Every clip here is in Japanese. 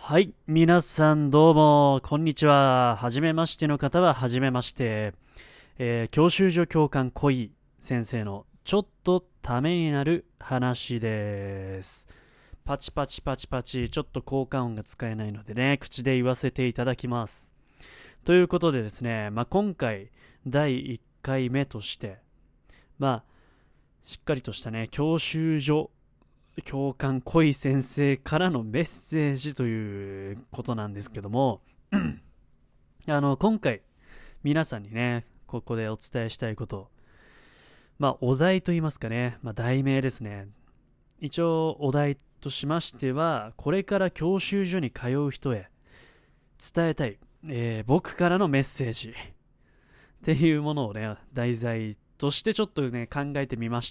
はい、皆さんどうも、こんにちは。はじめましての方ははじめまして。教習所教官小井先生のちょっとためになる話です。パチパチパチパチ、ちょっと効果音が使えないのでね、口で言わせていただきます。ということでですね、今回第1回目として、しっかりとしたね、教習所教官小井先生からのメッセージということなんですけども今回皆さんにねここでお伝えしたいこと、お題といいますかね、題名ですね。一応お題としましては、これから教習所に通う人へ伝えたい、僕からのメッセージっていうものをね題材としてちょっとね考えてみました。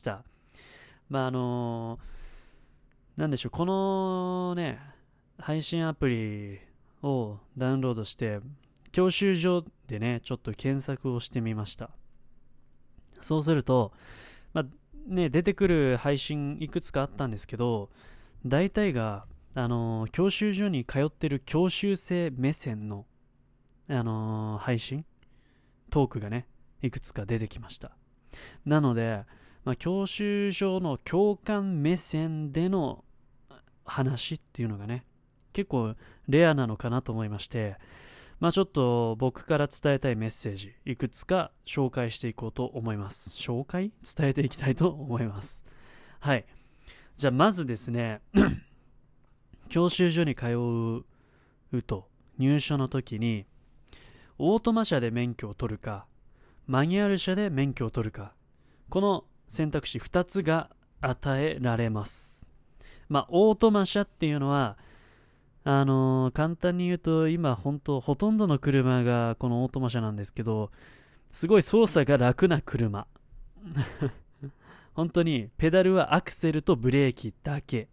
なんでしょう、このね、配信アプリをダウンロードして、教習所でね、ちょっと検索をしてみました。そうすると、出てくる配信いくつかあったんですけど、大体が、教習所に通ってる教習生目線の、配信、トークがね、いくつか出てきました。なので、教習所の教官目線での話っていうのがね、結構レアなのかなと思いまして、ちょっと僕から伝えたいメッセージいくつか紹介していこうと思います。伝えていきたいと思います。はい。じゃあまずですね教習所に通うと入所の時に、オートマ車で免許を取るかマニュアル車で免許を取るか、この選択肢2つが与えられます。オートマ車っていうのは、簡単に言うと、今、ほとんどの車がこのオートマ車なんですけど、すごい操作が楽な車。本当に、ペダルはアクセルとブレーキだけ。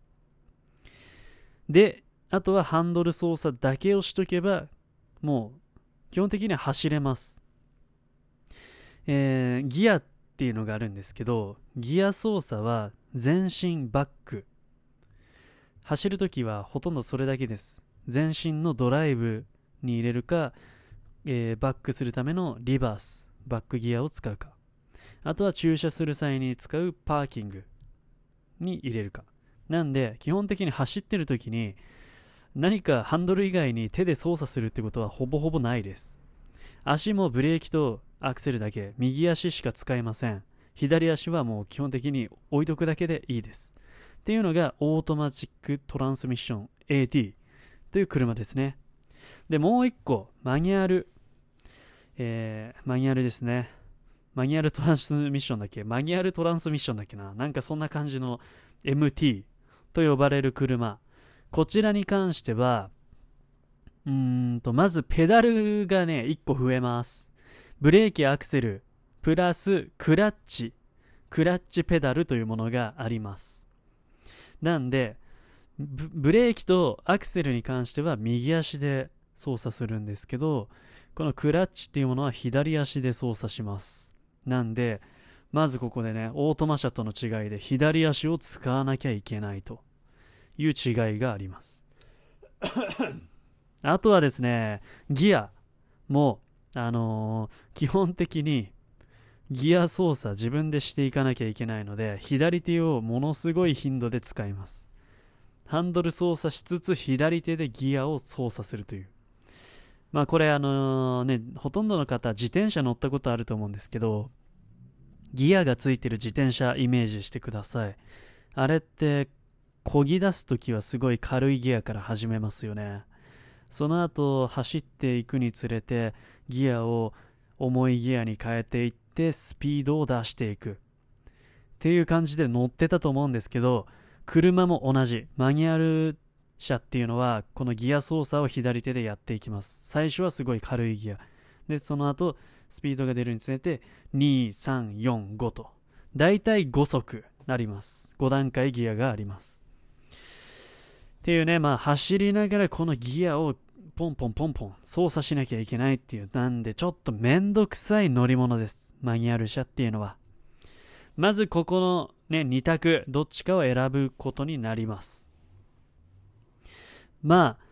で、あとはハンドル操作だけをしとけば、もう、基本的には走れます。ギアっていうのがあるんですけど、ギア操作は前進バック、走るときはほとんどそれだけです。前進のドライブに入れるか、バックするためのリバースバックギアを使うか、あとは駐車する際に使うパーキングに入れるか。なんで基本的に走ってるときに何かハンドル以外に手で操作するってことはほぼほぼないです。足もブレーキとアクセルだけ、右足しか使えません。左足はもう基本的に置いとくだけでいいです。っていうのがオートマチックトランスミッション AT という車ですね。で、もう一個、マニュアルですね。マニュアルトランスミッションだっけマニュアルトランスミッションだっけな、なんかそんな感じの MT と呼ばれる車。こちらに関しては、まずペダルがね、1個増えます。ブレーキ、アクセル、プラスクラッチペダルというものがあります。なんでブレーキとアクセルに関しては右足で操作するんですけど、このクラッチっていうものは左足で操作します。なんでまずここでね、オートマ車との違いで左足を使わなきゃいけないという違いがあります。あとはですね、ギアも基本的にギア操作自分でしていかなきゃいけないので、左手をものすごい頻度で使います。ハンドル操作しつつ左手でギアを操作するという。これほとんどの方自転車乗ったことあると思うんですけど、ギアがついてる自転車イメージしてください。あれって漕ぎ出すときはすごい軽いギアから始めますよね。その後走っていくにつれてギアを重いギアに変えていってスピードを出していくっていう感じで乗ってたと思うんですけど、車も同じ。マニュアル車っていうのはこのギア操作を左手でやっていきます。最初はすごい軽いギアで、その後スピードが出るにつれて2、3、4、5とだいたい5速なります。5段階ギアがありますっていうね。走りながらこのギアをポンポンポンポン操作しなきゃいけないっていう、なんでちょっとめんどくさい乗り物です、マニュアル車っていうのは。まずここのね、2択どっちかを選ぶことになります。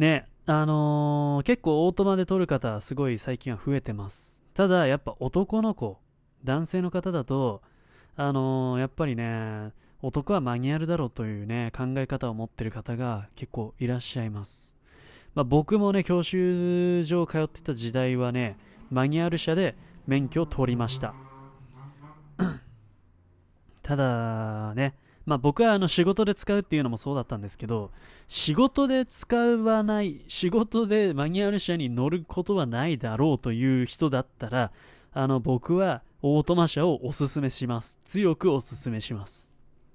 ね、結構オートマで撮る方すごい最近は増えてます。ただやっぱ男の子、男性の方だとやっぱりね、男はマニュアルだろうというね考え方を持ってる方が結構いらっしゃいます。まあ、僕もね教習所通ってた時代はねマニュアル車で免許を取りました。ただね、まあ僕は仕事で使うっていうのもそうだったんですけど、仕事で使わない、仕事でマニュアル車に乗ることはないだろうという人だったら、僕はオートマ車をおすすめします。強くおすすめします。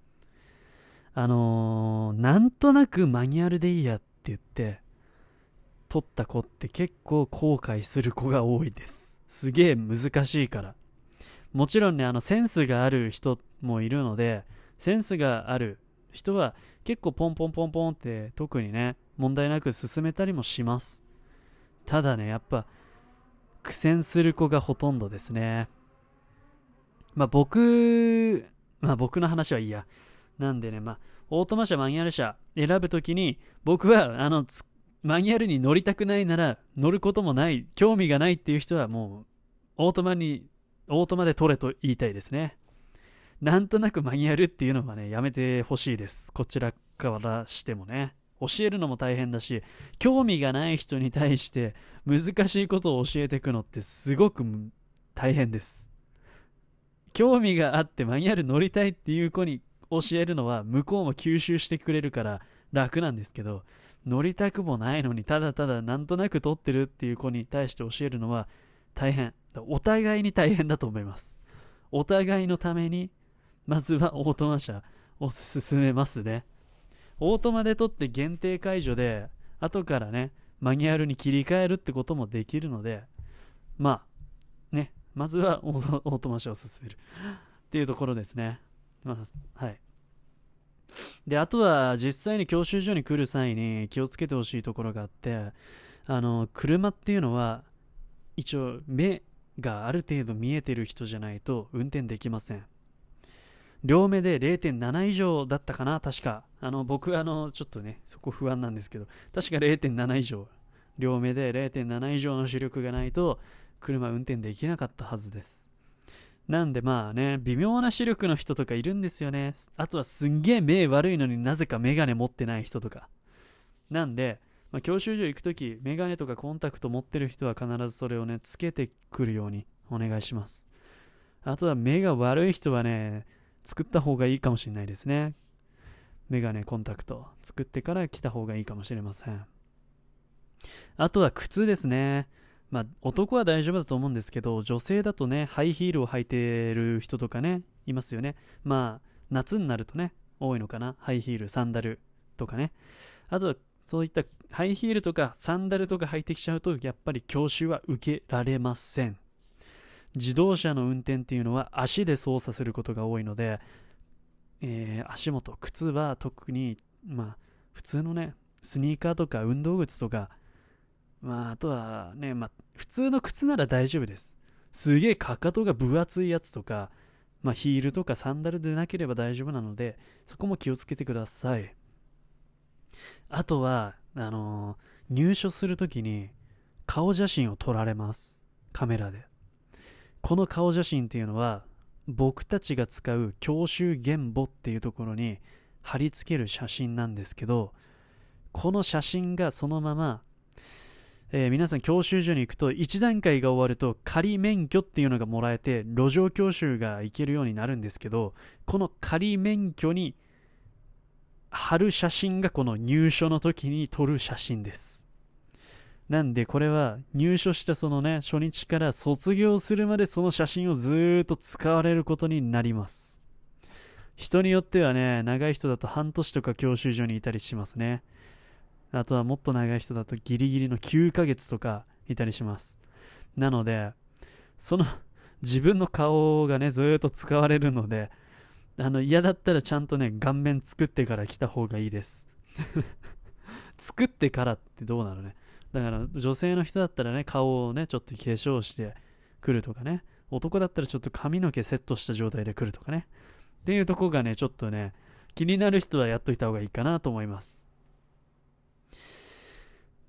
なんとなくマニュアルでいいやって言って、取った子って結構後悔する子が多いです。すげえ難しいから。もちろんね、センスがある人もいるので、センスがある人は結構ポンポンポンポンって特にね、問題なく進めたりもします。ただね、やっぱ苦戦する子がほとんどですね。まあ僕の話はいいや。なんでね、まあ、オートマ車、マニュアル車選ぶときに、僕は、マニュアルに乗りたくないなら、乗ることもない、興味がないっていう人はもう、オートマで取れと言いたいですね。なんとなくマニュアルっていうのはね、やめてほしいです。こちらからしてもね。教えるのも大変だし、興味がない人に対して難しいことを教えていくのってすごく大変です。興味があってマニュアル乗りたいっていう子に教えるのは向こうも吸収してくれるから楽なんですけど、乗りたくもないのにただただなんとなく取ってるっていう子に対して教えるのは大変。お互いに大変だと思います。お互いのためにまずはオートマ車を進めますね。オートマで取って限定解除で後からねマニュアルに切り替えるってこともできるので、まあね、まずはオートマ車を進めるっていうところですね。まあ、はい。で、あとは実際に教習所に来る際に気をつけてほしいところがあって、車っていうのは一応目がある程度見えてる人じゃないと運転できません。両目で 0.7 以上だったかな、確か。僕ちょっとねそこ不安なんですけど、確か 0.7 以上、両目で 0.7 以上の視力がないと車運転できなかったはずです。なんでまあね、微妙な視力の人とかいるんですよね。あとはすんげえ目悪いのになぜかメガネ持ってない人とか。なんで、まあ、教習所行くときメガネとかコンタクト持ってる人は必ずそれをねつけてくるようにお願いします。あとは目が悪い人はね作った方がいいかもしれないですね。メガネコンタクト作ってから来た方がいいかもしれません。あとは靴ですね。まあ男は大丈夫だと思うんですけど、女性だとねハイヒールを履いてる人とかねいますよね。まあ夏になるとね多いのかな、ハイヒールサンダルとかね。あとはそういったハイヒールとかサンダルとか履いてきちゃうとやっぱり教習は受けられません。自動車の運転っていうのは足で操作することが多いので、足元、靴は特に、まあ、普通のね、スニーカーとか運動靴とか、まあ、あとはね、まあ、普通の靴なら大丈夫です。すげえかかとが分厚いやつとか、まあ、ヒールとかサンダルでなければ大丈夫なので、そこも気をつけてください。あとは、入所するときに顔写真を撮られます。カメラで。この顔写真っていうのは僕たちが使う教習原簿っていうところに貼り付ける写真なんですけど、この写真がそのまま、皆さん教習所に行くと1段階が終わると仮免許っていうのがもらえて路上教習が行けるようになるんですけど、この仮免許に貼る写真がこの入所の時に撮る写真です。なんでこれは入所したそのね初日から卒業するまでその写真をずーっと使われることになります。人によってはね長い人だと半年とか教習所にいたりしますね。あとはもっと長い人だとギリギリの9ヶ月とかいたりします。なのでその自分の顔がねずーっと使われるので、嫌だったらちゃんとね顔面作ってから来た方がいいです作ってからってどうなのね。だから女性の人だったらね顔をねちょっと化粧してくるとかね、男だったらちょっと髪の毛セットした状態で来るとかねっていうとこがねちょっとね気になる人はやっといた方がいいかなと思います。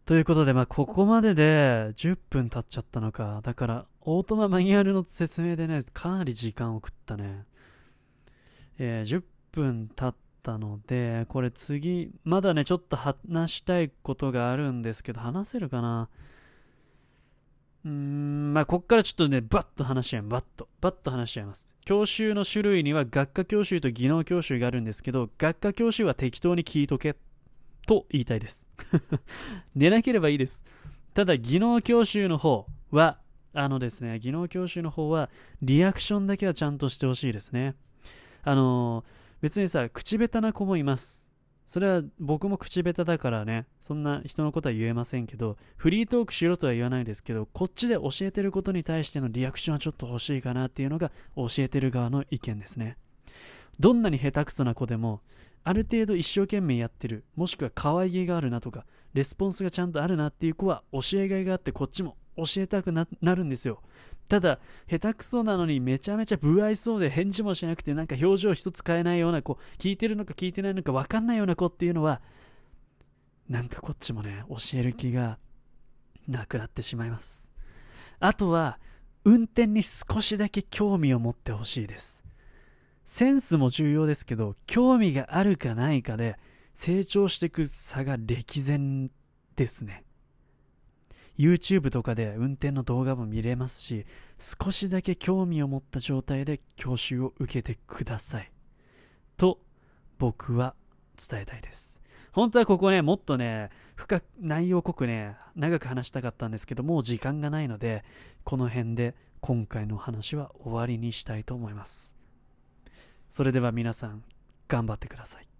ということで、ここまでで10分経っちゃったのか。だから、オートママニュアルの説明でね、かなり時間を食ったね。10分経ったので、これ次、まだね、ちょっと話したいことがあるんですけど、話せるかな。こっからちょっとね、バッと話しちゃいます。バッと話しちゃいます。教習の種類には学科教習と技能教習があるんですけど、学科教習は適当に聞いとけと言いたいです。寝なければいいです。ただ、技能教習の方は、ですね、技能教習の方は、リアクションだけはちゃんとしてほしいですね。別にさ、口下手な子もいます。それは僕も口下手だからね、そんな人のことは言えませんけど、フリートークしろとは言わないですけど、こっちで教えてることに対してのリアクションはちょっと欲しいかなっていうのが教えてる側の意見ですね。どんなに下手くそな子でも、ある程度一生懸命やってる、もしくは可愛げがあるなとか、レスポンスがちゃんとあるなっていう子は教えがいがあって、こっちも教えたく なるんですよ。ただ、下手くそなのにめちゃめちゃ不愛想で返事もしなくて、なんか表情一つ変えないような子、聞いてるのか聞いてないのか分かんないような子っていうのは、なんかこっちもね、教える気がなくなってしまいます。あとは、運転に少しだけ興味を持ってほしいです。センスも重要ですけど、興味があるかないかで成長していく差が歴然ですね。YouTube とかで運転の動画も見れますし、少しだけ興味を持った状態で教習を受けてください。と、僕は伝えたいです。本当はここね、もっとね、深く、内容濃くね、長く話したかったんですけど、もう時間がないので、この辺で今回の話は終わりにしたいと思います。それでは皆さん、頑張ってください。